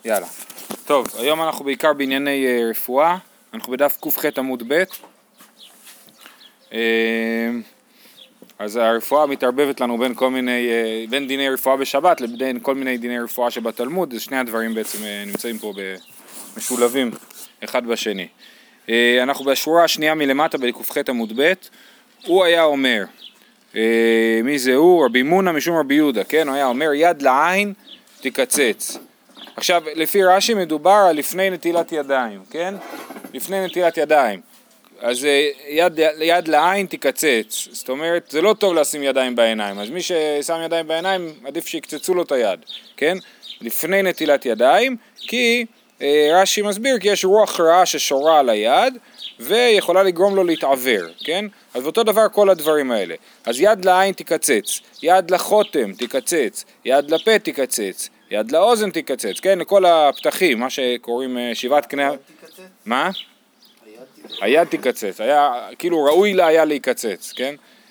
יאללה. טוב, היום אנחנו בעיקר בענייני רפואה, אנחנו בדף ק"ח עמוד ב'. אז הרפואה מתערבבת לנו בין דיני רפואה בשבת לבין כל מיני דיני רפואה שבתלמוד, אז שני הדברים בעצם נמצאים פה משולבים אחד בשני. אנחנו בשורה השנייה מלמטה בק"ח עמוד ב'. הוא היה אומר, מי זה הוא? רבי מונא משום רבי יהודה, כן? הוא היה אומר יד לעין תקצץ. עכשיו, לפי רש"י מדובר על לפני נטילת ידיים, כן? לפני נטילת ידיים. אז יד לעין תקצץ. זאת אומרת, זה לא טוב לשים ידיים בעיניים. אז מי ששם ידיים בעיניים, עדיף שיקצצו לו את היד, כן? לפני נטילת ידיים, כי רש"י מסביר כי יש רוח רעה ששורה על היד, ויכולה לגרום לו להתעבר, כן? אז אותו דבר כל הדברים האלה. אז יד לעין תקצץ, יד לחותם תקצץ, יד לפה תקצץ, יד לאוזן תקצץ, כן? לכל הפתחים, מה שקוראים שבעת קנה... מה? היד תקצץ, היה, כאילו ראוי לה היה להיקצץ, כן?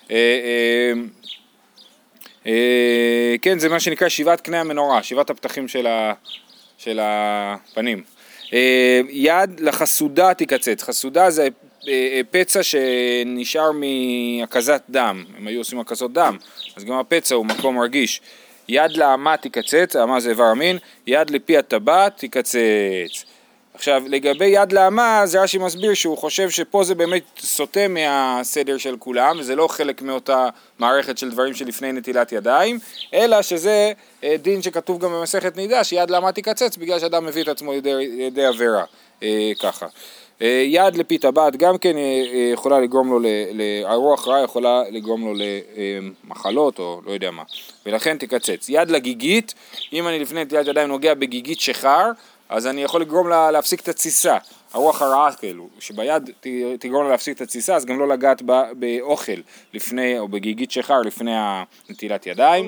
כן, זה מה שנקרא שבעת קנה המנורה, שבעת הפתחים של הפנים. יד לחסודה תקצץ, חסודה זה פצע שנשאר מהקזת דם, הם היו עושים הקזות דם, אז גם הפצע הוא מקום רגיש. יד לאמה תקצץ, האמה זה איבר המין, יד לפי הטבעת תקצץ. עכשיו, לגבי יד לאמה, זה רש"י מסביר שהוא חושב שפה זה באמת סוטה מהסדר של כולם, וזה לא חלק מאותה מערכת של דברים שלפני נטילת ידיים, אלא שזה דין שכתוב גם במסכת נידה, שיד לאמה תקצץ, בגלל שאדם מביא את עצמו לידי עבירה, ככה. יד לפי טבעת גם כן יכולה לגרום לו, הרוח רע יכולה לגרום לו למחלות או לא יודע מה, ולכן תקצץ. יד לגיגית, אם אני לפני נטילת ידיים נוגע בגיגית שחר, אז אני יכול לגרום לה להפסיק את התסיסה, הרוח הרעה כאילו, שביד תגרום לה להפסיק את התסיסה, אז גם לא לגעת באוכל לפני, או בגיגית שחר לפני נטילת ידיים.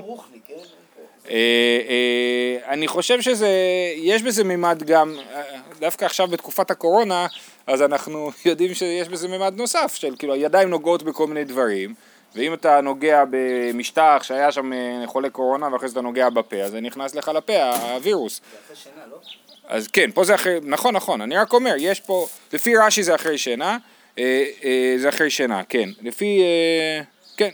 אני חושב יש בזה מימד גם, דווקא עכשיו בתקופת הקורונה, אז אנחנו יודעים שיש בזה מימד נוסף, של כאילו הידיים נוגעות בכל מיני דברים, ואם אתה נוגע במשטח שהיה שם חולה קורונה, ואחרי זה אתה נוגע בפה, אז זה נכנס לך לפה, הווירוס. זה אחרי שינה, לא? אז כן, פה זה אחרי, נכון, אני רק אומר, יש פה, לפי רש"י זה אחרי שינה, זה אחרי שינה, כן, לפי, כן,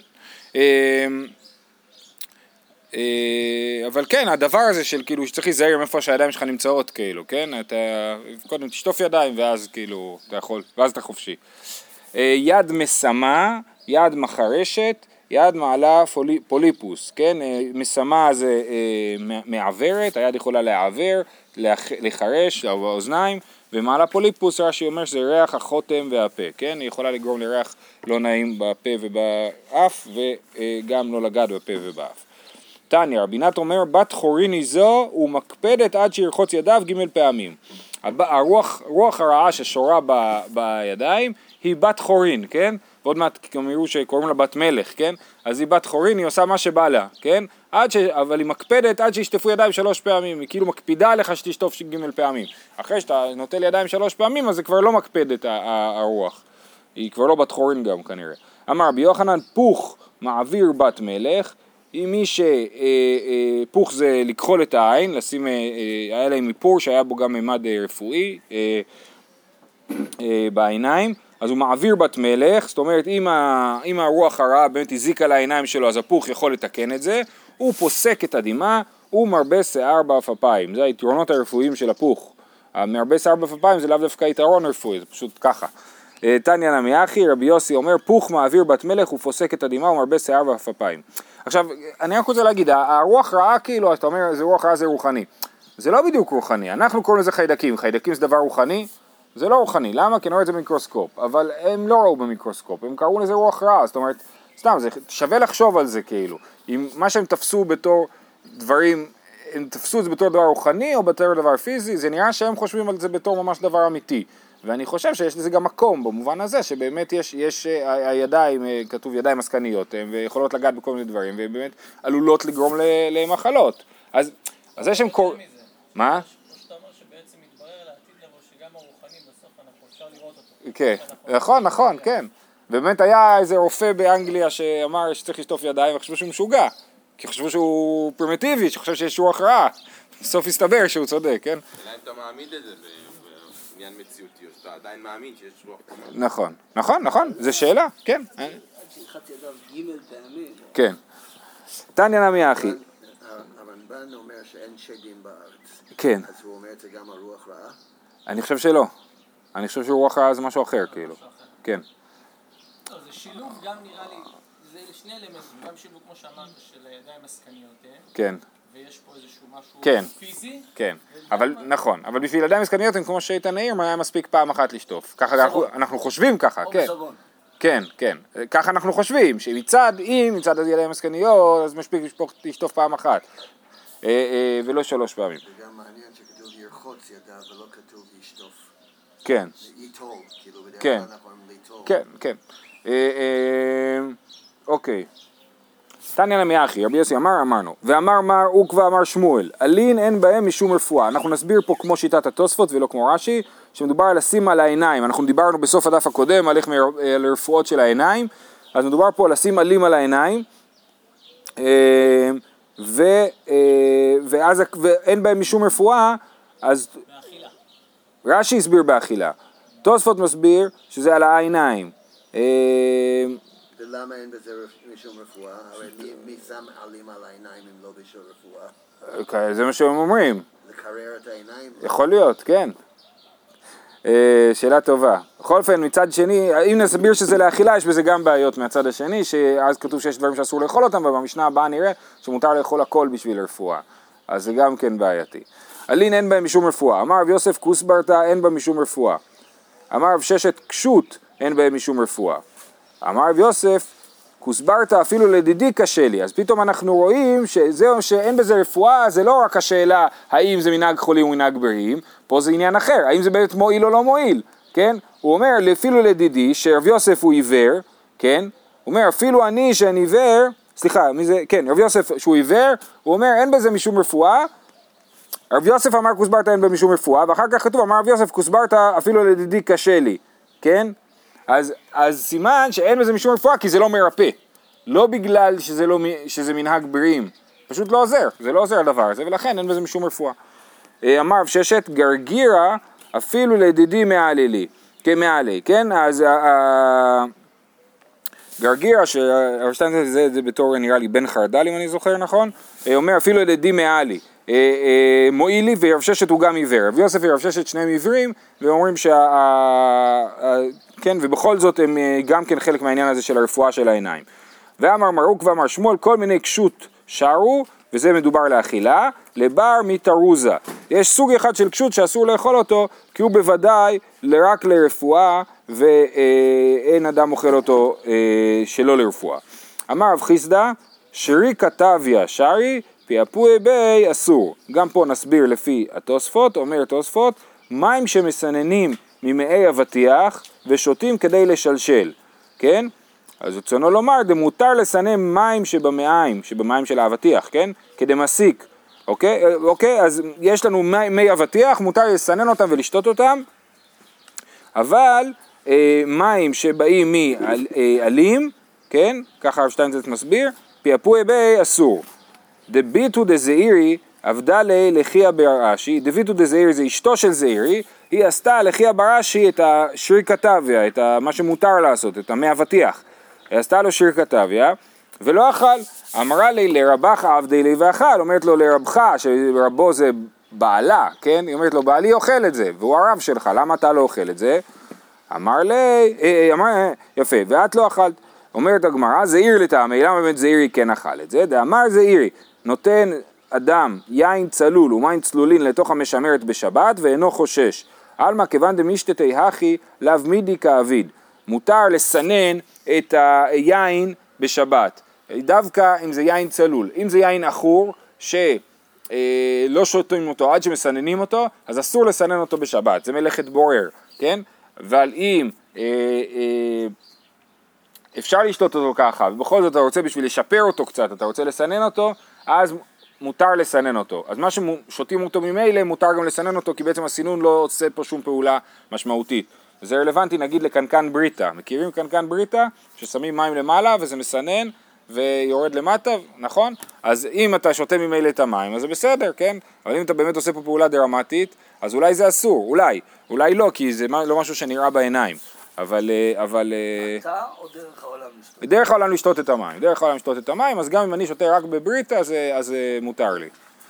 אבל כן, הדבר הזה של כאילו, שצריך להיזהר מאיפה שהידיים שלך נמצאות, כאילו, כן, אתה, קודם תשטוף ידיים, ואז כאילו, אתה יכול, ואז אתה חופשי. יד מסמה, יד מחרשת, יד מעלה פוליפוס, כן, מסמה זה מעברת, היד יכולה לעבר, לחרש, האוזניים, ומעלה פוליפוס, רש"י אומר שזה ריח החותם והפה, כן, היא יכולה לגרום לריח לא נעים בפה ובאף, וגם לא לגעת בפה ובאף. תניא, רבי נתן אומר, בת חוריני זו ומקפדת עד שירחוץ ידיו ג' פעמים. הרוח הרעה ששורה בידיים היא בת חורין, כן? ועוד מעט גם יראו שקוראים לה בת מלך, כן? אז היא בת חורין, היא עושה מה שבא לה, כן? אבל היא מקפדת עד שישטפו ידיים 3 פעמים, היא כאילו מקפידה עליך שתשטוף ג' פעמים. אחרי שאתה נוטל ידיים 3 פעמים, אז זה כבר לא מקפדת הרוח. היא כבר לא בת חורין גם כנראה. אמר רבי יוחנן, פוך מעביר בת מלך, אם מי שפוך זה לקחול את העין, לשים, היה להם איפור שהיה בו גם ממד רפואי בעיניים, אז הוא מעביר בת מלך, זאת אומרת אם הרוח הרעה באמת הזיקה לעיניים שלו, אז הפוך יכול לתקן את זה, הוא פוסק את הדמעה, הוא מרבה שיער באפיים, זה היתרונות הרפואיים של הפוך, מרבה שיער באפיים זה לאו דווקא יתרון רפואי, זה פשוט ככה. תניא נמי אחי, רבי יוסי אומר, פוך מעביר בת מלך, הוא פוסק את הדמעה, הוא מרבה שיער באפיים. עכשיו, אני רק רוצה להגיד, הרוח רעה כאילו, אתה אומר, זה רוח רעה זה רוחני. זה לא בדיוק רוחני, אנחנו קוראים לזה חיידקים, חיידקים זה דבר רוחני, זה לא רוחני, למה? כי נראה את זה במיקרוסקופ, אבל הם לא ראו במיקרוסקופ, הם קראו לזה רוח רעה, זאת אומרת, סתם, זה שווה לחשוב על זה כאילו, אם מה שהם תפסו בתור דברים, הם תפסו את זה בתור דבר רוחני או בתור דבר פיזי, זה נראה שהם חושבים על זה בתור ממש דבר אמיתי, ואני חושב שיש לזה גם מקום במובן הזה, שבאמת יש הידיים, כתוב ידיים עסקניות, ויכולות לגעת בכל מיני דברים, ובאמת עלולות לגרום למחלות, אז זה שהם קוראים, מה? כן, נכון, כן. ובאמת היה איזה רופא באנגליה שאמר שצריך לשטוף ידיים וחשבו שהוא משוגע, כי חשבו שהוא פרימיטיבי, שחושב שיש רוח רעה. בסוף הסתבר שהוא צודק, כן? אלא אם אתה מעמיד את זה בעניין מציאותי, או שאתה עדיין מאמין שיש רוח תומכת. נכון, נכון, נכון, זה שאלה, כן. שחט ידיו ג' פעמים. כן. תניא נמי אחי. הרמב"ן אומר שאין שדים בארץ. כן. אז הוא אומר את זה גם על רוח רעה? אני חושב שלא. אני חושב שרוח רעה זה משהו אחר, כאילו. כן. לא, זה שילוב גם נראה לי, זה שני אלמנטים, גם שילוב כמו שאמרת של ידיים עסקניות, כן. ויש פה איזשהו משהו כן. פיזי. כן. אבל נכון, אבל בשביל ידיים עסקניות הם כמו שאיתן העיר, היה מספיק פעם אחת לשטוף. ככה אנחנו חושבים ככה, כן. כן, כן. ככה אנחנו חושבים, שמצד הידיים עסקניות, אז מספיק לשטוף פעם אחת. ולא 3 פעמים. זה גם מעניין שכתוב ירחוץ ידיו ולא כתוב ישטוף. כן. ייטול, כאילו בדרך כן. כלל אנחנו אומרים ליטול. כן, כן. אוקיי. תניא נמי אחי, רבי יוסי אמרנו, ואמר מר עוקבא אמר שמואל, אלין אין בהם משום רפואה. אנחנו נסביר פה כמו שיטת התוספות ולא כמו רש"י, שמדובר על לשים על העיניים. אנחנו דיברנו בסוף הדף הקודם על איך לרפואות של העיניים, אז מדובר פה על לשים עלים על העיניים, ואז אין בהם משום רפואה, אז רש"י הסביר באכילה. תוספות מסביר שזה על העיניים. ולמה אין בזה משום רפואה? הרי מי שם עלים על העיניים אם לא בשביל רפואה? זה מה שהם אומרים. לקרר את העיניים? יכול להיות, כן. שאלה טובה. בכל אופן, מצד שני, אם נסביר שזה לאכילה, יש בזה גם בעיות מהצד השני, שאז כתוב שיש דברים שאסור לאכול אותם, ובמשנה הבאה נראה שמותר לאכול הכל בשביל רפואה. אז זה גם כן בעייתי. אלין אין בהם משום רפואה. אמר רב יוסף כוסברתא אין בהם משום רפואה. אמר רב ששת קשות אין בהם משום רפואה. אמר רב יוסף, כוסברת אפילו לדידי קשה לי. אז פתאום אנחנו רואים שזהו שאין בזה רפואה, זה לא רק השאלה האם זה מנהג חולים או מנהג בריאים, פה זה עניין אחר, האם זה באמת מועיל או לא מועיל, כן? הוא אומר אפילו לדידי שרב יוסף הוא עיוור, כן? הוא אומר אפילו אני שאני עיוור, סליחה, מי זה? כן, רב יוסף שהוא עיוור, הוא אומר אין בזה משום רפואה, רב יוסף אמר כוסברת אין בזה משום רפואה, ואחר כך כתוב אמר רב יוסף כוסברת אפילו לדידי קשה לי, כן? אז סימן שאין בזה משום רפואה כי זה לא מרפא, לא בגלל שזה מנהג בריאים, פשוט לא עוזר, זה לא עוזר הדבר הזה, ולכן אין בזה משום רפואה. אמר רב ששת גרגירה אפילו לדידי מעלי, כן? אז גרגירה, זה בתור נראה לי בן חרדל אם אני זוכר נכון, אומר אפילו לדידי מעלי, מועיל לי ורב ששת הוא גם עיוור, רב יוסף ורב ששת שניהם עיוורים, ואומרים כן, ובכל זאת הם גם כן חלק מהעניין הזה של הרפואה של העיניים. ואמר מרוק ואמר שמואל, כל מיני קשות שרו, וזה מדובר לאכילה, לבר מתרוזה. יש סוג אחד של קשות שאסור לאכול אותו, כי הוא בוודאי רק לרפואה, ואין אדם אוכל אותו שלא לרפואה. אמר רב חיסדא, שרי כתביה שרי, פיאפוי בי אסור. גם פה נסביר לפי התוספות, אומר תוספות, מים שמסננים ממאי אבטיח ושותים כדי לשלשל, כן? אז רצונו לומר, זה מותר לסנן מים שבמים של האבטיח, כן? כדי מסיק, אוקיי? אז יש לנו מי אבטיח, מותר לסנן אותם ולשתות אותם, אבל מים שבאים מעלים, כן? ככה הרב שטיינזלץ מסביר, פיאפוי בי אסור. דביטו דזעירי עבדה לחיה ברש"י, דביטו דזעירי זה אשתו של זעירי, היא עשתה לחיה ברש"י את השיר כתביה, את מה שמותר לעשות, את המי אבטיח. היא עשתה לו שיר כתביה, ולא אכל. אמרה לי לרבך עבדי לי ואכל, אומרת לו לרבך, שרבו זה בעלה, כן? היא אומרת לו, בעלי אוכל את זה, והוא הרב שלך, למה אתה לא אוכל את זה? אמר לי, יפה, ואת לא אכלת. אומרת הגמרא, זעיר לטעמי, למה באמת זעירי כן אכל את זה? דאמר זעירי, נותן אדם יין צלול ומים צלולין לתוך המשמרת בשבת ואינו חושש. אלמה כיוון דמישתתי הכי לאו מידי כאביד. מותר לסנן את היין בשבת, דווקא אם זה יין צלול. אם זה יין עכור שלא שותים אותו עד שמסננים אותו, אז אסור לסנן אותו בשבת, זה מלאכת בורר, כן? אבל אם אפשר לשתות אותו ככה, ובכל זאת אתה רוצה בשביל לשפר אותו קצת, אתה רוצה לסנן אותו, אז מותר לסנן אותו. אז מה ששותים אותו ממילא, מותר גם לסנן אותו, כי בעצם הסינון לא עושה פה שום פעולה משמעותית. וזה רלוונטי נגיד לקנקן בריטה. מכירים קנקן בריטה? ששמים מים למעלה וזה מסנן, ויורד למטה, נכון? אז אם אתה שותה ממילא את המים, אז זה בסדר, כן? אבל אם אתה באמת עושה פה פעולה דרמטית, אז אולי זה אסור, אולי לא, כי זה לא משהו שנראה בעיניים. אבל... אתה או דרך העולם לשתות? דרך העולם לשתות את המים, אז גם אם אני שותה רק בבריטה, אז מותר לי.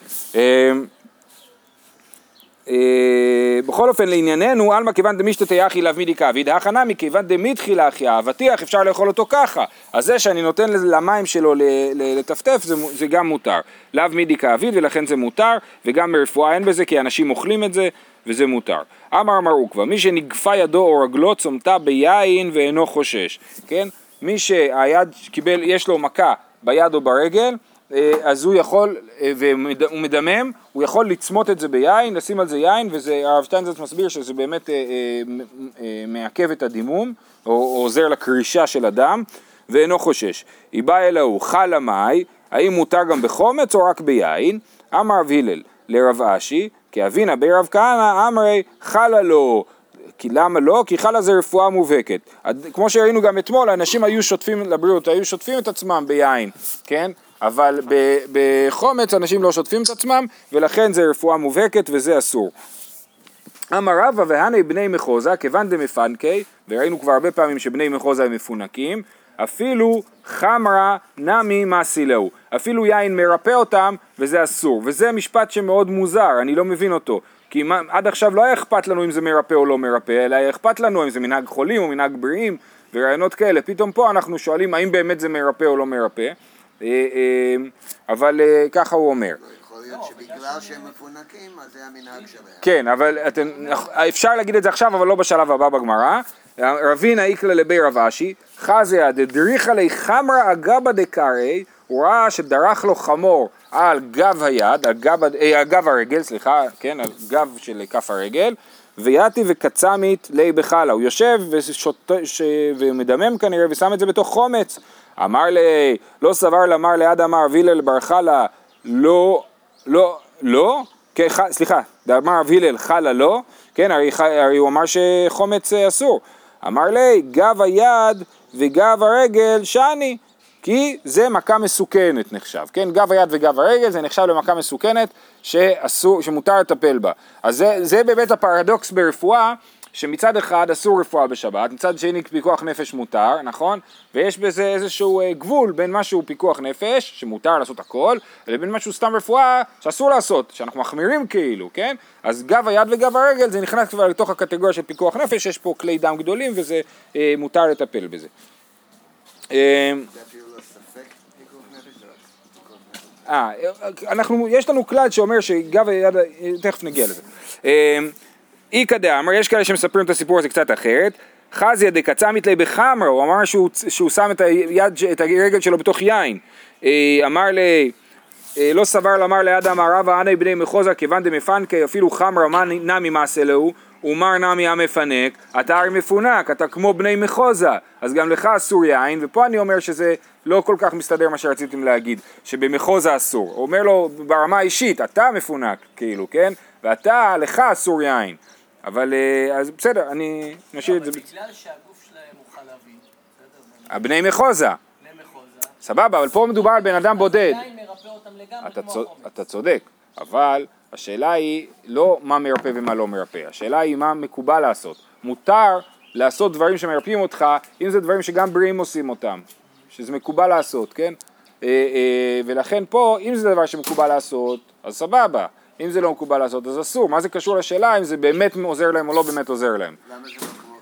בכל אופן לענייננו, אלמה כיוון דמישתתי אחי לאו מידי כאביד, הכנה מכיוון דמיתחילה אחי, האבטיח אפשר לאכול אותו ככה, אז זה שאני נותן למים שלו לטפטף זה גם מותר, לאו מידי כאביד ולכן זה מותר, וגם ברפואה אין בזה כי אנשים אוכלים את זה וזה מותר. אמר עוקבא, מי שנגפה ידו או רגלו צומתה ביין ואינו חושש, כן? מי שהיד קיבל, יש לו מכה ביד או ברגל, אז הוא יכול, והוא מדמם, הוא יכול לצמות את זה ביין, לשים על זה יין, והרב שטיינזלץ מסביר שזה באמת מעכב את הדימום, או עוזר לקרישה של הדם, ואינו חושש. היא באה אלוהו, חל המאי, האם מותר גם בחומץ או רק ביין? אמר רב הלל לרב אשי, כי אבינה ברב כהנא אמרי חלה לו, כי למה לא? כי חלה זה רפואה מובהקת. כמו שראינו גם אתמול, אנשים היו שוטפים לבריאות, היו שוטפים את עצמם ביין, כן? אבל בחומץ אנשים לא שוטפים את עצמם, ולכן זה רפואה מובהקת וזה אסור. אמר רבא והנה בני מחוזה, כיוון דמפנקי, וראינו כבר הרבה פעמים שבני מחוזה הם מפונקים, אפילו חמרה נמי מסילהו, אפילו יין מרפא אותם וזה אסור, וזה משפט שמאוד מוזר, אני לא מבין אותו, כי עד עכשיו לא היה אכפת לנו אם זה מרפא או לא מרפא, אלא היה אכפת לנו אם זה מנהג חולים או מנהג בריאים, ורעיונות כאלה, פתאום פה אנחנו שואלים האם באמת זה מרפא או לא מרפא, אבל ככה הוא אומר. יכול להיות שבגלל שהם מפונקים, אז זה המנהג שלהם. כן, אבל אפשר להגיד את זה עכשיו, אבל לא בשלב הבא בגמרא. רבינה איקלה לבי רב אשי, חזיה דדריכה לי חמרה אגבה דקארי, הוא ראה שדרך לו חמור על גב היד, על גב הרגל, סליחה, כן, על גב של כף הרגל, ויאתי וקצמית לי בחלה, הוא יושב ומדמם כנראה ושם את זה בתוך חומץ, אמר לי, לא סבר לאמר ליד אמר וילל בר חלה, לא, סליחה, אמר וילל חלה לא, כן, הרי הוא אמר שחומץ אסור, אמר לי, גב היד וגב הרגל שאני, כי זה מכה מסוכנת נחשב, כן, גב היד וגב הרגל זה נחשב למכה מסוכנת שמותר לטפל בה, אז זה באמת הפרדוקס ברפואה, שמצד אחד אסור רפואה בשבת, מצד שני פיקוח נפש מותר, נכון? ויש בזה איזשהו גבול בין משהו פיקוח נפש, שמותר לעשות הכל, לבין משהו סתם רפואה שאסור לעשות, שאנחנו מחמירים כאילו, כן? אז גב היד וגב הרגל זה נכנס כבר לתוך הקטגוריה של פיקוח נפש, יש פה כלי דם גדולים וזה מותר לטפל בזה. זה אפילו לא ספק פיקוח נפש? יש לנו כלל שאומר שגב היד, תכף נגיע לזה. איקא דאמר, יש כאלה שמספרים את הסיפור הזה קצת אחרת, חזיה דקצמית לי בחמרה, הוא אמר שהוא שם את הרגל שלו בתוך יין, אמר לי, לא סבר לאמר ליד אמר רבא הנה בני מחוזה כיוון דמפנקי אפילו חמרה נמי מעשה לו, ומר נמי המפנק, אתה הרי מפונק, אתה כמו בני מחוזה, אז גם לך אסור יין, ופה אני אומר שזה לא כל כך מסתדר מה שרציתם להגיד, שבמחוזה אסור, הוא אומר לו ברמה האישית, אתה מפונק כאילו, כן? ואתה, לך אסור יין. אבל, אז בסדר, אני נשאיר את זה. אבל בגלל שהגוף שלהם הוא חלבי, בסדר? הבני מחוזה. בני מחוזה. סבבה, אבל פה מדובר על בן אדם בודד. עדיין מרפא אותם לגמרי כמו החומץ. אתה צודק, אבל השאלה היא לא מה מרפא ומה לא מרפא. השאלה היא מה מקובל לעשות. מותר לעשות דברים שמרפאים אותך, אם זה דברים שגם בריאים עושים אותם. שזה מקובל לעשות, כן? ולכן פה, אם זה דבר שמקובל לעשות, אז סבבה. אם זה לא מקובל לעשות, אז אסור. מה זה קשור לשאלה אם זה באמת עוזר להם או לא באמת עוזר להם? למה זה לא כמו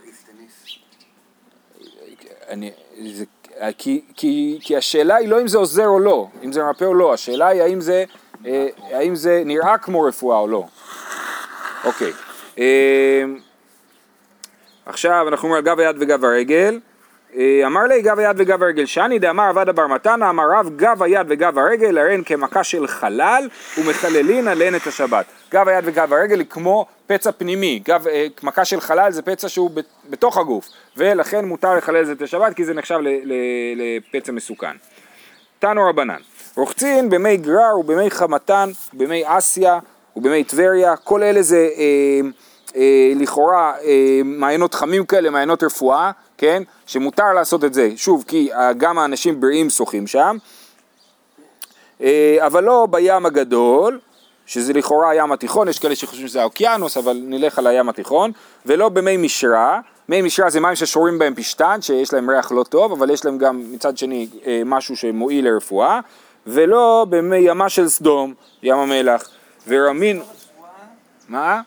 איסטניס? כי השאלה היא לא אם זה עוזר או לא, אם זה מרפא או לא, השאלה היא האם זה נראה כמו רפואה או לא. אוקיי. עכשיו אנחנו אומרים על גב היד וגב הרגל. אמר לי גב היד וגב הרגל שאני דאמר עבדה בר מתנה אמר רב גב היד וגב הרגל הראין כמכה של חלל ומחללין עליהן את השבת. גב היד וגב הרגל היא כמו פצע פנימי, מכה של חלל זה פצע שהוא בתוך הגוף ולכן מותר לחלל את השבת כי זה נחשב לפצע מסוכן. תנו רבנן, רוחצין במי גרר ובמי חמתן, במי אסיה ובמי טבריה, כל אלה זה לכאורה מעיינות חמים כאלה, מעיינות רפואה, כן? שמותר לעשות את זה, שוב, כי גם האנשים בריאים שוחים שם, אבל לא בים הגדול, שזה לכאורה הים התיכון, יש כאלה שחושבים שזה האוקיינוס, אבל נלך על הים התיכון, ולא במי משרה, מי משרה זה מים ששורים בהם פשטן, שיש להם ריח לא טוב, אבל יש להם גם מצד שני משהו שמועיל לרפואה, ולא במי ימה של סדום, ים המלח, ורמין... מה?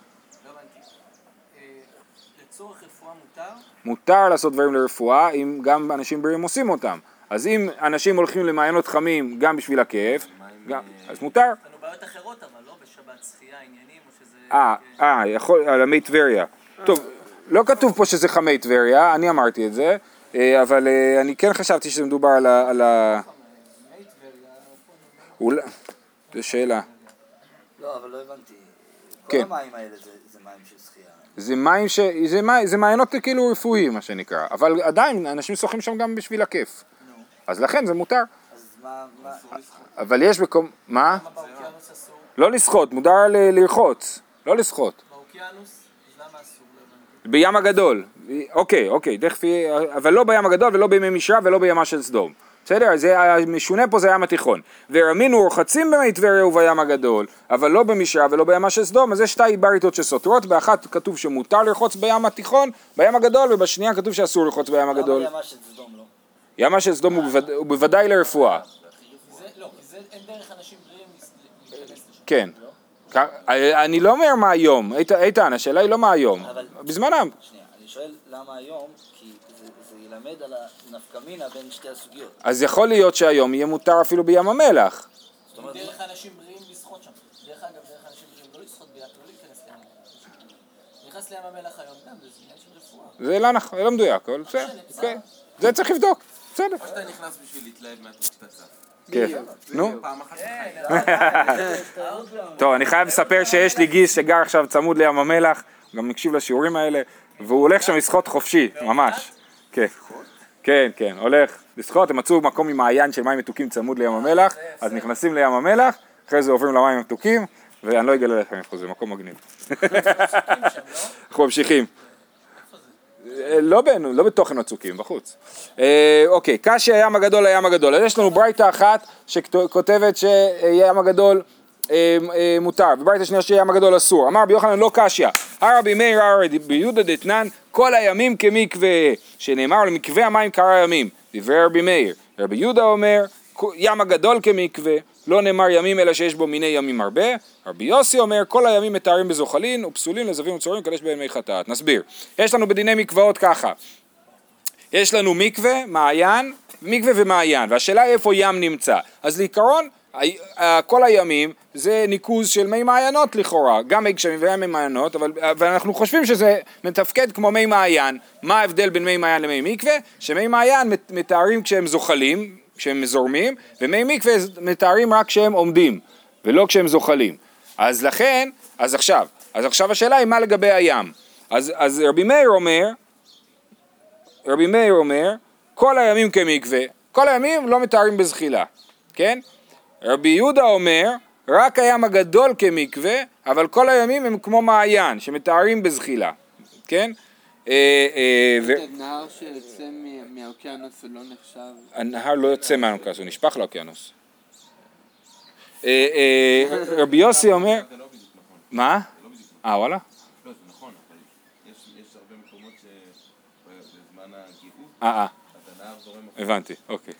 לצורך רפואה מותר? מותר לעשות דברים לרפואה, אם גם אנשים בריאים עושים אותם. אז אם אנשים הולכים למעיינות חמים גם בשביל הכיף, אז מותר. יש לנו בעיות אחרות, אבל לא בשבת שחייה, עניינים, או שזה... יכול, על המי טבריה. טוב, לא כתוב פה שזה חמי טבריה, אני אמרתי את זה, אבל אני כן חשבתי שזה מדובר על ה... מי טבריה... זו שאלה. לא, אבל לא הבנתי. כן. כל המים האלה זה מים של שחייה. זה מעיינות כאילו רפואיים, מה שנקרא, אבל עדיין אנשים שוחים שם גם בשביל הכיף. אז לכן זה מותר. אז מה... אבל יש מקום... מה? באוקיינוס אסור? לא לשחות, מותר לרחוץ, לא לשחות. באוקיינוס? אז למה אסור? לא הבנתי. בים הגדול, אוקיי, תכף יהיה, אבל לא בים הגדול ולא בימי משרה ולא בימה של סדום. בסדר? המשונה פה זה הים התיכון. ורמינו רוחצים במי טבריה ובים הגדול, אבל לא במשרה ולא בימה של סדום, אז יש שתי בריתות שסותרות, באחת כתוב שמותר לרחוץ בים התיכון, בים הגדול, ובשנייה כתוב שאסור לרחוץ בים הגדול. למה ימה של סדום לא? ימה של סדום הוא בוודאי לרפואה. לא, כי אין דרך אנשים בריאים להיכנס לשם. כן. אני לא אומר מה היום, איתן, השאלה היא לא מה היום, אבל- בזמנם. שנייה, אני שואל למה היום, כי זה ילמד על הנפקמינה בין שתי הסוגיות. אז יכול להיות שהיום יהיה מותר אפילו בים המלח. זאת אומרת, דרך אנשים בריאים לשחות שם. דרך אגב, דרך אנשים בריאים לא לשחות בים, לא להיכנס לים המלח. נכנס לים המלח היום גם, זה עניין של רפואה. זה לא נכון, זה לא מדויק, אבל בסדר, אוקיי. זה צריך לבדוק, בסדר. או שאתה נכנס בשביל להתלהב מהטוב שאתה צף. כן, נו. פעם אחת בחיים. טוב, אני חייב לספר שיש לי גיס שגר עכשיו צמוד לים המלח, גם מקשיב לשיעורים האלה, והוא הולך שם לשחות חופשי, ממש. כן, הולך לשחות, הם מצאו מקום עם מעיין של מים מתוקים צמוד לים המלח, אז נכנסים לים המלח, אחרי זה עוברים למים המתוקים, ואני לא אגלה לכם איפה זה, מקום מגניב. אנחנו ממשיכים. לא בתוכן הצוקים, בחוץ. אוקיי, קשי הים הגדול, הים הגדול. אז יש לנו ברייתא אחת שכותבת שים הגדול מותר, וברייתא שנייה שים הגדול אסור. אמר רבי יוחנן לא קשיא, הרבי מאיר רבי יהודה דתנן, כל הימים כמקווה, שנאמר למקווה המים קרא ימים. דברי רבי מאיר. רבי יהודה אומר, ים הגדול כמקווה, לא נאמר ימים אלא שיש בו מיני ימים הרבה. רבי יוסי אומר, כל הימים מתארים בזוחלין ופסולים לזבים וצורים קדש בהם מי חטאת. נסביר. יש לנו בדיני מקוואות ככה. יש לנו מקווה, מעיין, מקווה ומעיין, והשאלה היא איפה ים נמצא. אז לעיקרון, כל הימים זה ניקוז של מי מעיינות לכאורה, גם מי גשמים ומי מעיינות, אבל אנחנו חושבים שזה מתפקד כמו מי מעיין. מה ההבדל בין מי מעיין למי מקווה? שמי מעיין מתארים כשהם זוחלים, כשהם מזורמים, ומי מקווה מתארים רק כשהם עומדים, ולא כשהם זוחלים. אז לכן, אז עכשיו השאלה היא מה לגבי הים. אז רבי מאיר אומר, כל הימים כמקווה, כל הימים לא מתארים בזחילה, כן? רבי יהודה אומר, רק הים הגדול כמקווה, אבל כל הימים הם כמו מעיין, שמתארים בזחילה, כן? נהר שיוצא מהאוקיינוס הוא לא נחשב? הנהר לא יוצא מהאוקיינוס, הוא נשפך לאוקיינוס. רבי יוסי אומר... מה? וואלה? לא, זה נכון, אבל יש הרבה מקומות שבזמן הגאות, הנהר זורם... הבנתי, אוקיי.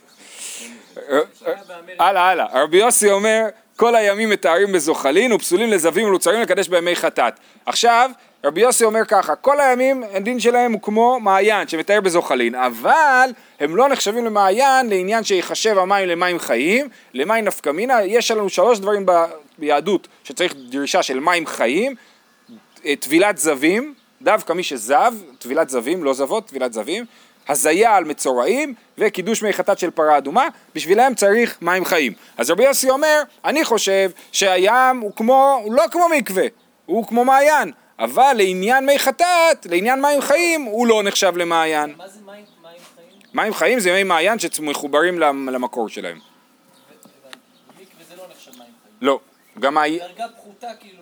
הלאה. רבי יוסי אומר, כל הימים מתארים בזוחלין ופסולים לזבים ולוצרים לקדש בימי חטאת. עכשיו, רבי יוסי אומר ככה, כל הימים, הדין שלהם הוא כמו מעיין שמתאר בזוחלין, אבל הם לא נחשבים למעיין לעניין שיחשב המים למים חיים, למים נפקמינה. יש לנו 3 דברים ביהדות שצריך דרישה של מים חיים, טבילת זבים, דווקא מי שזב, טבילת זבים, לא זבות, טבילת זבים, הזיה על מצורעים וקידוש מי חטאת של פרה אדומה, בשבילם צריך מים חיים. אז רבי יוסי אומר, אני חושב שהים הוא לא כמו מקווה, הוא כמו מעיין, אבל לעניין מי חטאת, לעניין מים חיים, הוא לא נחשב למעיין. מה זה מים חיים? מים חיים זה מי מעיין שמחוברים למקור שלהם. מקווה זה לא נחשב מים חיים. לא, גם דרגה פחותה כאילו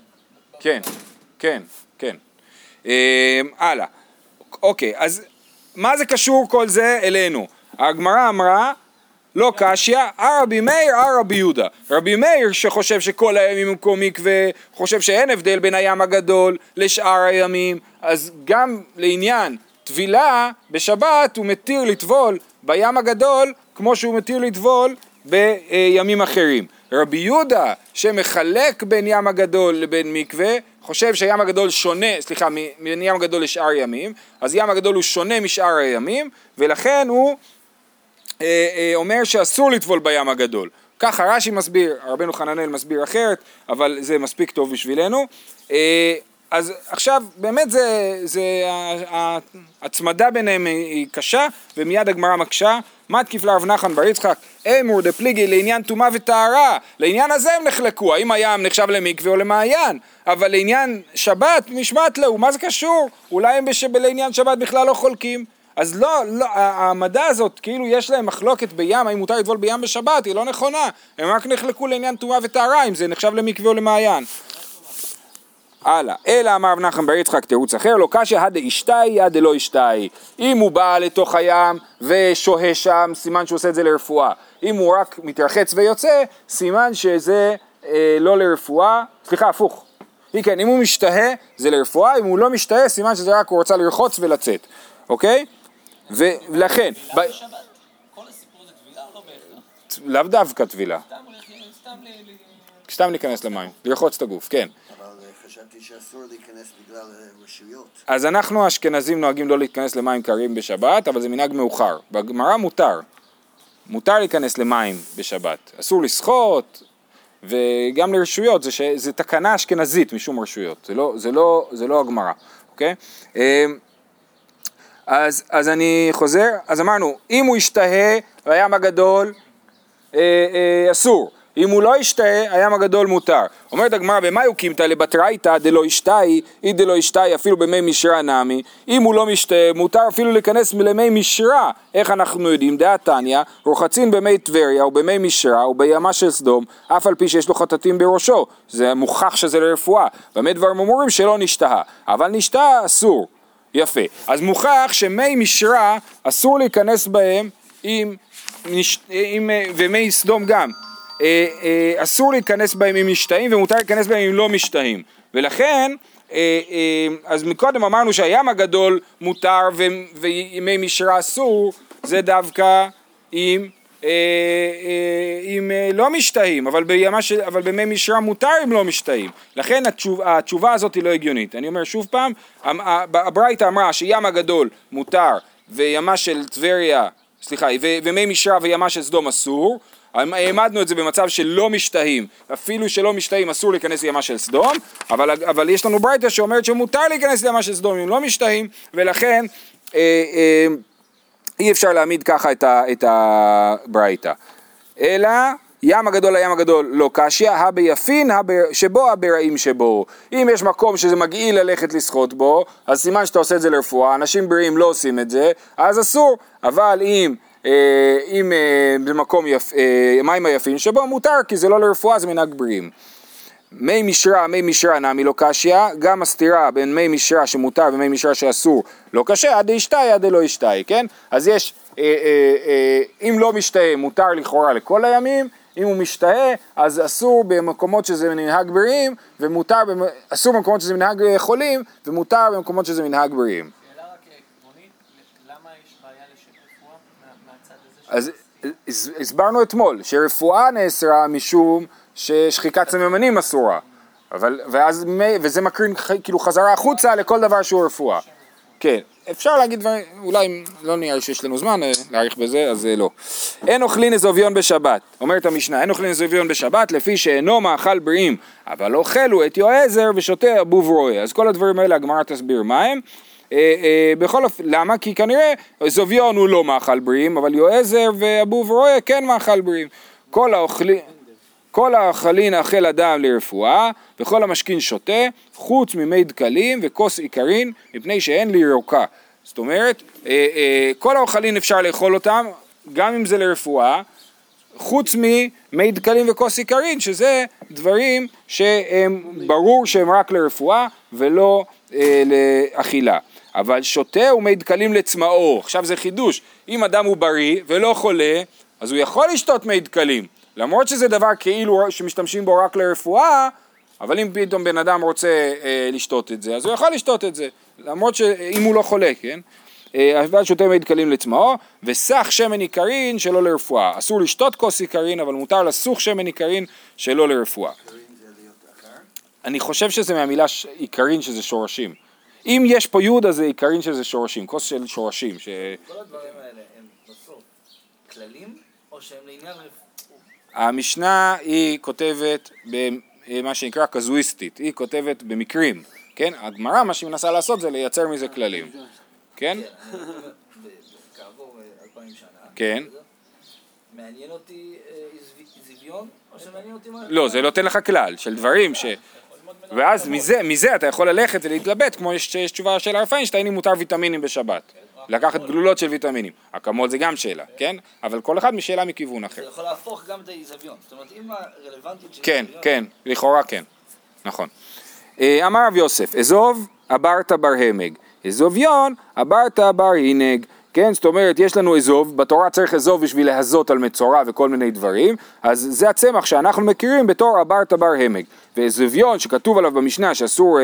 ממעיין. כן. הלאה. אוקיי, אז מה זה קשור כל זה אלינו? הגמרא אמרה, לא קשיא, רבי מאיר, רבי יהודה. רבי מאיר שחושב שכל הימים הם כמו מקווה, חושב שאין הבדל בין הים הגדול לשאר הימים, אז גם לעניין טבילה בשבת הוא מתיר לטבול בים הגדול כמו שהוא מתיר לטבול בימים אחרים. רבי יהודה שמחלק בין ים הגדול לבין מקווה, חושב שהים הגדול שונה, בין ים הגדול לשאר ימים, אז ים הגדול הוא שונה משאר הימים, ולכן הוא אומר שאסור לטבול בים הגדול. ככה רש"י מסביר, רבנו חננאל מסביר אחרת, אבל זה מספיק טוב בשבילנו. אז עכשיו באמת ההצמדה ביניהם היא קשה, ומיד הגמרא מקשה. מה תקיף לרב נחמן בר יצחק? אמור דפליגי לעניין טומאה וטהרה, לעניין הזה הם נחלקו, האם הים נחשב למקווה או למעיין, אבל לעניין שבת משמעת לו, מה זה קשור? אולי הם לעניין שבת בכלל לא חולקים. אז לא, העמדה הזאת, כאילו יש להם מחלוקת בים, האם מותר לטבול בים בשבת, היא לא נכונה. הם רק נחלקו לעניין טומאה וטהרה, אם זה נחשב למקווה או למעיין. הלאה, אלא אמר רב נחמן בר יצחק תירוץ אחר, לא קשיא הדה אשתאי הדה לא אשתאי. אם הוא בא לתוך הים ושוהה שם, סימן שהוא עושה את זה לרפואה. אם הוא רק מתרחץ ויוצא, סימן שזה לא לרפואה, סליחה, הפוך. כן, אם הוא משתהה זה לרפואה, אם הוא לא משתהה, סימן שזה רק הוא רוצה לרחוץ ולצאת. אוקיי? ולכן... טבילה בשבת? כל הסיפור זה טבילה או לא בהכרח? לאו דווקא טבילה. סתם סתם להיכנס למים, לרחוץ את הגוף, כן. אבל חשבתי שאסור להיכנס בגלל רשויות. אז אנחנו האשכנזים נוהגים לא להיכנס למים קרים בשבת, אבל זה מנהג מאוחר. בגמרא מותר. מותר להיכנס למים בשבת. אסור לשחות, וגם לרשויות, זה תקנה אשכנזית משום רשויות. זה לא הגמרא, אוקיי? אז אני חוזר, אז אמרנו, אם הוא ישתהה, הים הגדול אסור. אם הוא לא ישתהה, הים הגדול מותר. אומרת הגמרא, במה יוקימתא לבטרייתא דלא ישתהי, דלא ישתהי אפילו במי משרה נמי. אם הוא לא משתהה, מותר אפילו להיכנס למי משרה. איך אנחנו יודעים? דעת תניא, רוחצין במי טבריה או במי משרה או בימה של סדום, אף על פי שיש לו חטאתים בראשו. זה מוכח שזה לרפואה. באמת דברים אומרים שלא נשתהה, אבל נשתהה אסור. יפה. אז מוכח שמי משרה אסור להיכנס בהם ומי סדום גם. אסור להיכנס בהם אם משתאים ומותר להיכנס בהם אם לא משתאים. ולכן, אז מקודם אמרנו שהים הגדול מותר וימי משרה אסור, זה דווקא אם לא משתאים, אבל במי משרה מותר אם לא משתאים. לכן התשובה הזאת היא לא הגיונית. אני אומר שוב פעם, הברייתא אמרה שים הגדול מותר וימה של טבריה, סליחה, ומי משרה וימה של סדום אסור. העמדנו את זה במצב שלא משתאים, אפילו שלא משתאים אסור להיכנס לימה של סדום, אבל יש לנו ברייתא שאומרת שמותר להיכנס לימה של סדום אם לא משתאים, ולכן אי אפשר להעמיד ככה את הברייתא. אלא ים הגדול הים הגדול לא קשיא, הביפין שבו הברעים שבו. אם יש מקום שזה מגעיל ללכת לשחות בו, אז סימן שאתה עושה את זה לרפואה, אנשים ברעים לא עושים את זה, אז אסור. אבל אם במקום מים היפים שבו מותר, כי זה לא לרפואה, זה מנהג ברעים. מי משרה נמי לא קשיא, גם הסתירה בין מי משרה שמותר ומי משרה שאסור לא קשיא, עד ישתהי עד לא ישתהי, כן? אז יש, אם לא משתהה מותר לכאורה לכל הימים, אם הוא משתהה אז אסור במקומות שזה מנהג ברעים, אסור במקומות שזה מנהג חולים, ומותר במקומות שזה מנהג ברעים. שאלה רק עקרונית, למה יש בעיה לרפואה מהצד הזה? אז הסברנו אתמול שרפואה נאסרה משום ששחיקת סממנים אסורה, וזה מקרין כאילו חזרה החוצה לכל דבר שהוא רפואה. כן, אפשר להגיד דברים, אולי לא נראה שיש לנו זמן להעריך בזה, אז לא. אין אוכלין אזוביון בשבת, אומרת המשנה, אין אוכלין אזוביון בשבת לפי שאינו מאכל ברעים, אבל אוכלו את יועזר ושותה אבוב רועה. אז כל הדברים האלה הגמרא תסביר מה הם. בכל אופן, למה? כי כנראה אזוביון הוא לא מאכל ברעים, אבל יועזר ואבוב רועה כן מאכל ברעים. כל האכלין אכל אדם לרפואה, וכל המשכין שותה, חוץ ממי דקלים וכוס עיקרין, מפני שאין לירוקה. זאת אומרת, כל האכלין אפשר לאכול אותם, גם אם זה לרפואה, חוץ ממי דקלים וכוס עיקרין, שזה דברים שהם ברור שהם רק לרפואה, ולא לאכילה. אבל שותה ומי דקלים לצמאו. עכשיו זה חידוש, אם אדם הוא בריא ולא חולה, אז הוא יכול לשתות מי דקלים. למרות שזה דבר כאילו שמשתמשים בו רק לרפואה, אבל אם פתאום בן אדם רוצה לשתות את זה, אז הוא יכול לשתות את זה. למרות שאם הוא לא חולה, כן? אבל שותה מי דקלים לצמאו, וסך שמן עיקרין שלא לרפואה. אסור לשתות כוס עיקרין, אבל מותר לסוך שמן עיקרין שלא לרפואה. אני חושב שזה מהמילה עיקרין שזה שורשים. אם יש פה יוד, אז זה עיקרין שזה שורשים, כוס של שורשים. כל הדברים האלה הם בסוף כללים, או שהם לעניין רפואה? המשנה היא כותבת במה שנקרא קזואיסטית, היא כותבת במקרים, כן? הגמרא מה שהיא מנסה לעשות זה לייצר מזה כללים, כן? כעבור 2000 שנה. כן. מעניין אותי זיוויון, או שמעניין אותי מה? לא, זה נותן לך כלל של דברים ש... ואז מזה אתה יכול ללכת ולהתלבט, כמו שיש תשובה של הרב פיינשטיין, אם מותר ויטמינים בשבת. לקחת גלולות של ויטמינים. אקמול זה גם שאלה, כן? אבל כל אחד משאלה מכיוון אחר. זה יכול להפוך גם את הזיוויון. זאת אומרת, אם הרלוונטיות של כן, כן, לכאורה כן. נכון. אמר רב יוסף, אזוב אברת בר המג, אזוביון אברת בר הינג. כן, זאת אומרת, יש לנו אזוב, בתורה צריך אזוב בשביל להזות על מצורע וכל מיני דברים, אז זה הצמח שאנחנו מכירים בתור אברת בר המג. ואזוביון שכתוב עליו במשנה שאסור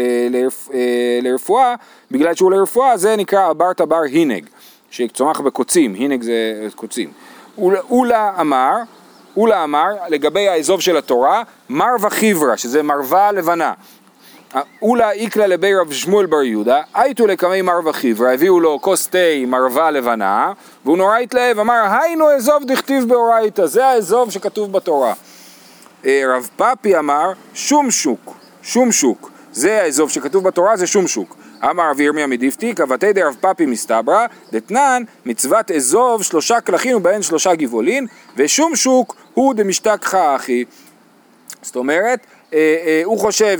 לרפואה, בגלל שהוא לרפואה, זה נקרא אברת בר הינג, שצומח בקוצים, הינג זה קוצים. אולה אמר, לגבי האזוב של התורה, מרווה חיברה, שזה מרווה לבנה. אולה איקלה לבי רב שמואל בר יהודה, הייתו לקמי מרווה חיברה, הביאו לו כוס תה מרווה לבנה, והוא נורא התלהב, אמר, היינו אזוב דכתיב באורייתא, זה האזוב שכתוב בתורה. רב פאפי אמר, שום שוק, זה האזוב שכתוב בתורה, זה שום שוק. אמר רב ירמיה מדיפתיק, אבתי דרב פאפי מסתברא, דתנן מצוות אזוב 3 כלכים ובהן 3 גבעולין, ושום שוק הוא דמשתכחה אחי. זאת אומרת, הוא חושב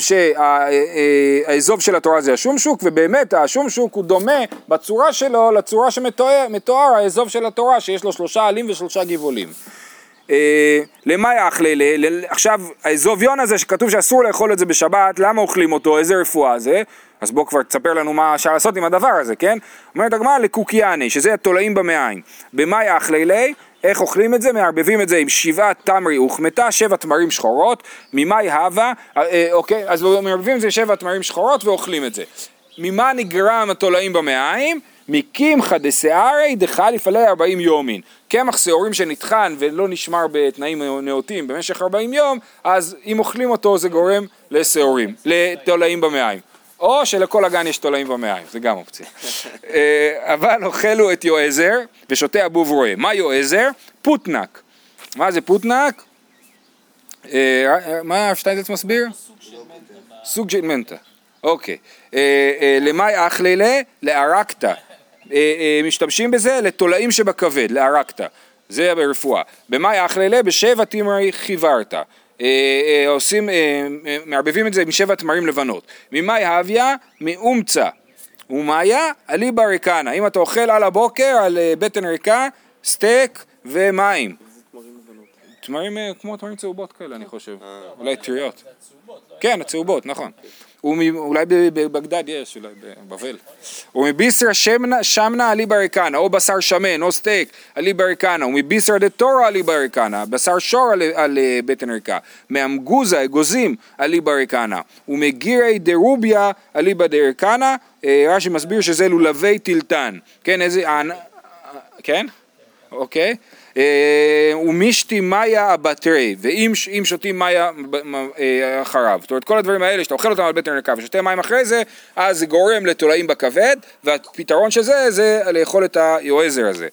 שהאזוב של התורה זה השום שוק, ובאמת השום שוק הוא דומה בצורה שלו לצורה שמתואר האזוב של התורה, שיש לו 3 עלים ו3 גבעולים. למה יאכלה? עכשיו האזוביון הזה שכתוב שאסור לאכול את זה בשבת, למה אוכלים אותו? איזה רפואה זה? אז בוא כבר תספר לנו מה אפשר לעשות עם הדבר הזה, כן? אומרת הגמרא לקוקיאני, שזה התולעים במעיים. במה יאכלה? איך אוכלים את זה? מערבבים את זה עם 7 תמרי אוכמתה, 7 תמרים שחורות, ממאי הווה, אוקיי, אז מערבבים את זה 7 תמרים שחורות ואוכלים את זה. ממה נגרם התולעים במעיים? מקמחא דשערי דחליף עליה 40 יומין. קמח שעורים שנטחן ולא נשמר בתנאים נאותים במשך 40 יום, אז אם אוכלים אותו זה גורם לשעורים, לתולעים במעיים. או שלכל הגן יש תולעים במעיים, זה גם אופציה. אבל אוכלו את יועזר ושותה אבוב רואה. מה יועזר? פוטנק. מה זה פוטנק? מה שטיינזלץ מסביר? סוג של מנטה. אוקיי. למאי אכללה? לארקתא. משתמשים בזה לתולעים שבכבד, לארקתא. זה ברפואה. במאי אכללה? ב7 תמרי חיוורתא. מערבבים את זה עם 7 תמרים לבנות. ממאי הוויה? מאומצה. ומאיה? עלי בריקנה. אם אתה אוכל על הבוקר, על בטן ריקה, סטייק ומים. תמרים כמו תמרים צהובות כאלה, אני חושב. אולי טריות. כן, הצהובות, נכון. אולי בבגדד יש, אולי בבבל. ומביסר שמנה עלי בריקנה, או בשר שמן, או סטייק עלי בריקנה, ומביסר דתורה עלי בריקנה, בשר שור על בטן ריקה, מאמגוזה, אגוזים עלי בריקנה, ומגירי דרוביה עלי בריקנה, רש"י מסביר שזה לולבי טילטן. כן, איזה... כן? אוקיי. ומשתי מאיה הבטרי, ואם שותים מאיה אחריו. זאת אומרת, כל הדברים האלה, שאתה אוכל אותם על בטן ריקה ושותה מים אחרי זה, אז זה גורם לתולעים בכבד, והפתרון של זה, זה לאכול את היועזר הזה.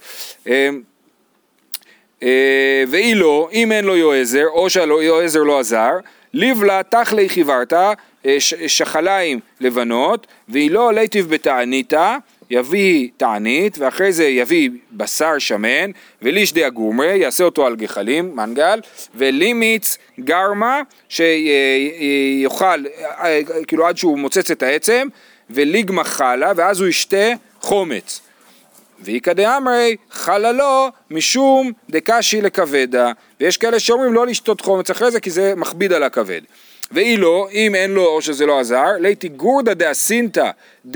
ואי לא, אם אין לו יועזר, או שהיועזר לא עזר, ליבלה תחלי חיוורתא, שחליים לבנות, ואי לא ליטיב בתעניתא, יביא תענית, ואחרי זה יביא בשר שמן, וליש די הגומרי, יעשה אותו על גחלים, מנגל, ולימיץ גרמה, שיוכל, כאילו עד שהוא מוצץ את העצם, וליגמה חלה, ואז הוא ישתה חומץ. ואיקא דאמרי חללו משום דקשי לכבדה, ויש כאלה שאומרים לא לשתות חומץ אחרי זה, כי זה מכביד על הכבד. ואי לא, אם אין לו או שזה לא עזר, ליתי גורדה דאסינתא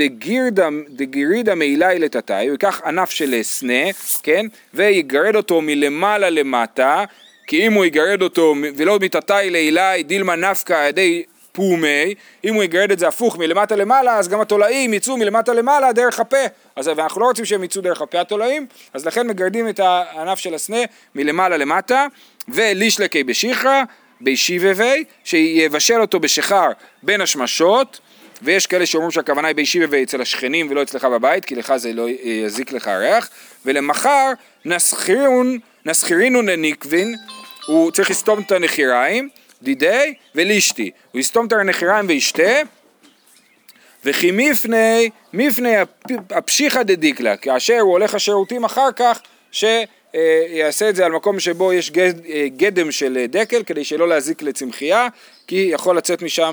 דגירידה מעילי לטאטאי, הוא ייקח ענף של סנה, כן, ויגרד אותו מלמעלה למטה, כי אם הוא יגרד אותו ולא מטאטאי לעילי דילמה נפקא ידי פומי, אם הוא יגרד את זה הפוך מלמטה למעלה, אז גם התולעים יצאו מלמטה למעלה דרך הפה, ואנחנו לא רוצים שהם יצאו דרך הפה התולעים, אז לכן מגרדים את הענף של הסנה מלמעלה למטה, ולישלקי בשיחרא, בישיבבי, שיבשל אותו בשחר בין השמשות, ויש כאלה שאומרים שהכוונה היא בישיבבי אצל השכנים ולא אצלך בבית, כי לך זה לא יזיק לך הריח, ולמחר נסחירינו לניקבין, הוא צריך לסתום את הנחיריים, דידי ולישתי, הוא יסתום את הנחיריים וישתה, וכי מפני הפשיחא דדיקלה, כאשר הוא הולך השירותים אחר כך, שיעשה את זה על מקום שבו יש גדם של דקל, כדי שלא להזיק לצמחייה, כי יכול לצאת משם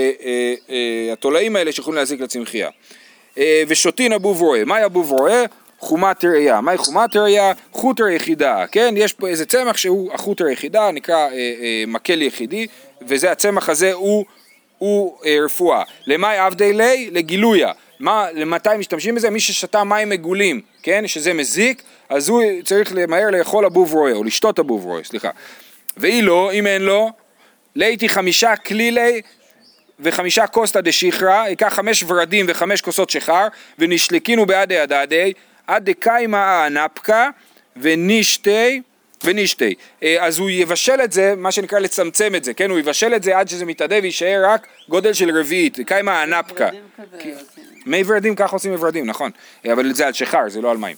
התולעים האלה שיכולים להזיק לצמחייה. ושותין אבוב רואה, מהי אבוב רואה? חומת ראייה. מהי חומת ראייה? חוטר יחידה, כן? יש פה איזה צמח שהוא החוטר יחידה, נקרא מקל יחידי, וזה הצמח הזה הוא רפואה. למאי עבדי לי? לגילויה. למתי משתמשים בזה? מי ששתה מים מגולים, כן? שזה מזיק, אז הוא צריך למהר לאכול אבוב רואה, או לשתות אבוב רואה, סליחה. ואי לא, אם אין לו, ליתי 5 כלילי ו5 קוסטה דשיחרא, ייקח 5 ורדים ו5 כוסות שחר, ונשלקינו בעדי הדדי, עד דקיימה הנפקה ונשתי, אז הוא יבשל את זה, מה שנקרא לצמצם את זה, כן? הוא יבשל את זה עד שזה מתעדה וישאר רק גודל של רביעית, קיימה הנפקה. מי ורדים, כך עושים ורדים, נכון, אבל זה על שחר, זה לא על מים.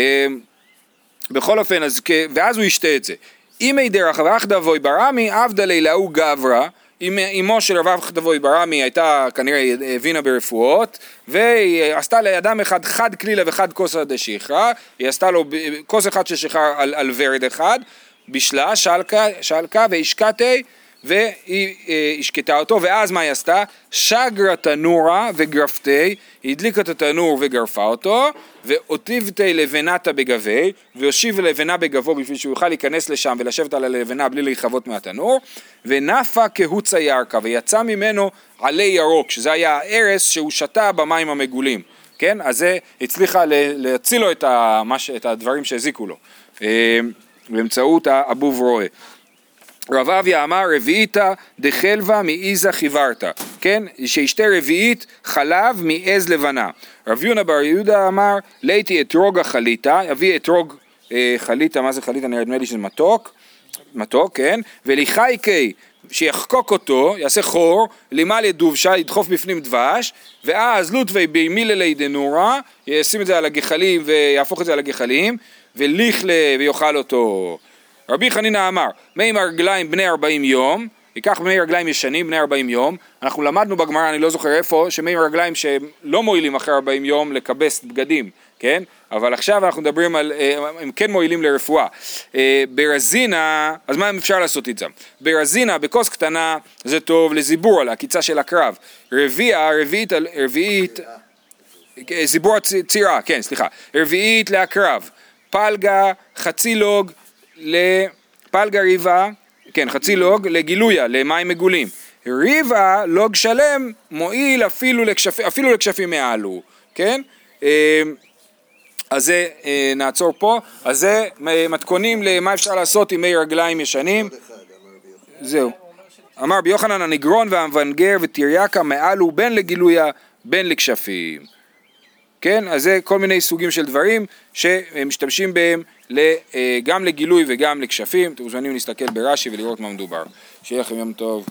בכל אופן, ואז הוא ישתה את זה. אם דרך אבך דבוי ברמי, עבדה לילאו גברא, אמו של רב אבך דבוי ברמי הייתה כנראה הבינה ברפואות, והיא עשתה לאדם אחד חד כלילה וחד כוסה דשיחרא, היא עשתה לו כוס אחד של שחר על ורד אחד, בשלה, שלקה והשקתי, והיא השקטה אותו, ואז מה היא עשתה? שגרה תנורה וגרפתי, היא הדליקה את התנור וגרפה אותו, ואוטיבתי לבנתה בגבי, והושיב לבנה בגבו בשביל שהוא יוכל להיכנס לשם ולשבת על הלבנה בלי להיחוות מהתנור, ונפה כהוצה ירקה, ויצא ממנו עלי ירוק, שזה היה הארס שהוא שתה במים המגולים, כן? אז זה הצליחה להציל לו את הדברים שהזיקו לו, באמצעות האבוב רואה. רב אביה אמר רביעיתא דחלבה מאיזה חיוורתא, כן? שישתה רביעית חלב מעז לבנה. רב יונה בר יהודה אמר ליתי אתרוג חליטה, יביא אתרוג חליטה, מה זה חליטה? נדמה לי שזה מתוק, כן? וליחייקי שיחקוק אותו, יעשה חור, לימל ידובשה, ידחוף בפנים דבש, ואז לוטווי בימילי דנורה, ישים את זה על הגחלים ויהפוך את זה על הגחלים, וליכלה ויאכל אותו. רבי חנינא אמר, מי רגליים בני 40 יום, ייקח מי רגליים ישנים בני 40 יום, אנחנו למדנו בגמרא, אני לא זוכר איפה, שמי רגליים שלא מועילים אחרי 40 יום לקבס בגדים, כן? אבל עכשיו אנחנו מדברים על, הם כן מועילים לרפואה. ברזינה, אז מה אפשר לעשות איתם? ברזינה, בכוס קטנה, זה טוב לזיבור על הקיצה של הקרב. רביעית, זיבור צירה, כן, סליחה. רביעית להקרב. פלגה, חצי לוג, לפלגה ריבה, כן, חצי לוג, לגילויה, למים מגולים. ריבה, לוג שלם, מועיל אפילו לכשפים מעלו, כן? אז זה נעצור פה, אז זה מתכונים למה אפשר לעשות עם מי רגליים ישנים. זהו. אמר ביוחנן הנגרון והמבנגר ותיריאקה מעלו בין לגילויה, בין לכשפים. כן, אז זה כל מיני סוגים של דברים שמשתמשים בהם גם לגילוי וגם לכשפים. אתם מוזמנים להסתכל ברש"י ולראות מה מדובר. שיהיה לכם יום טוב.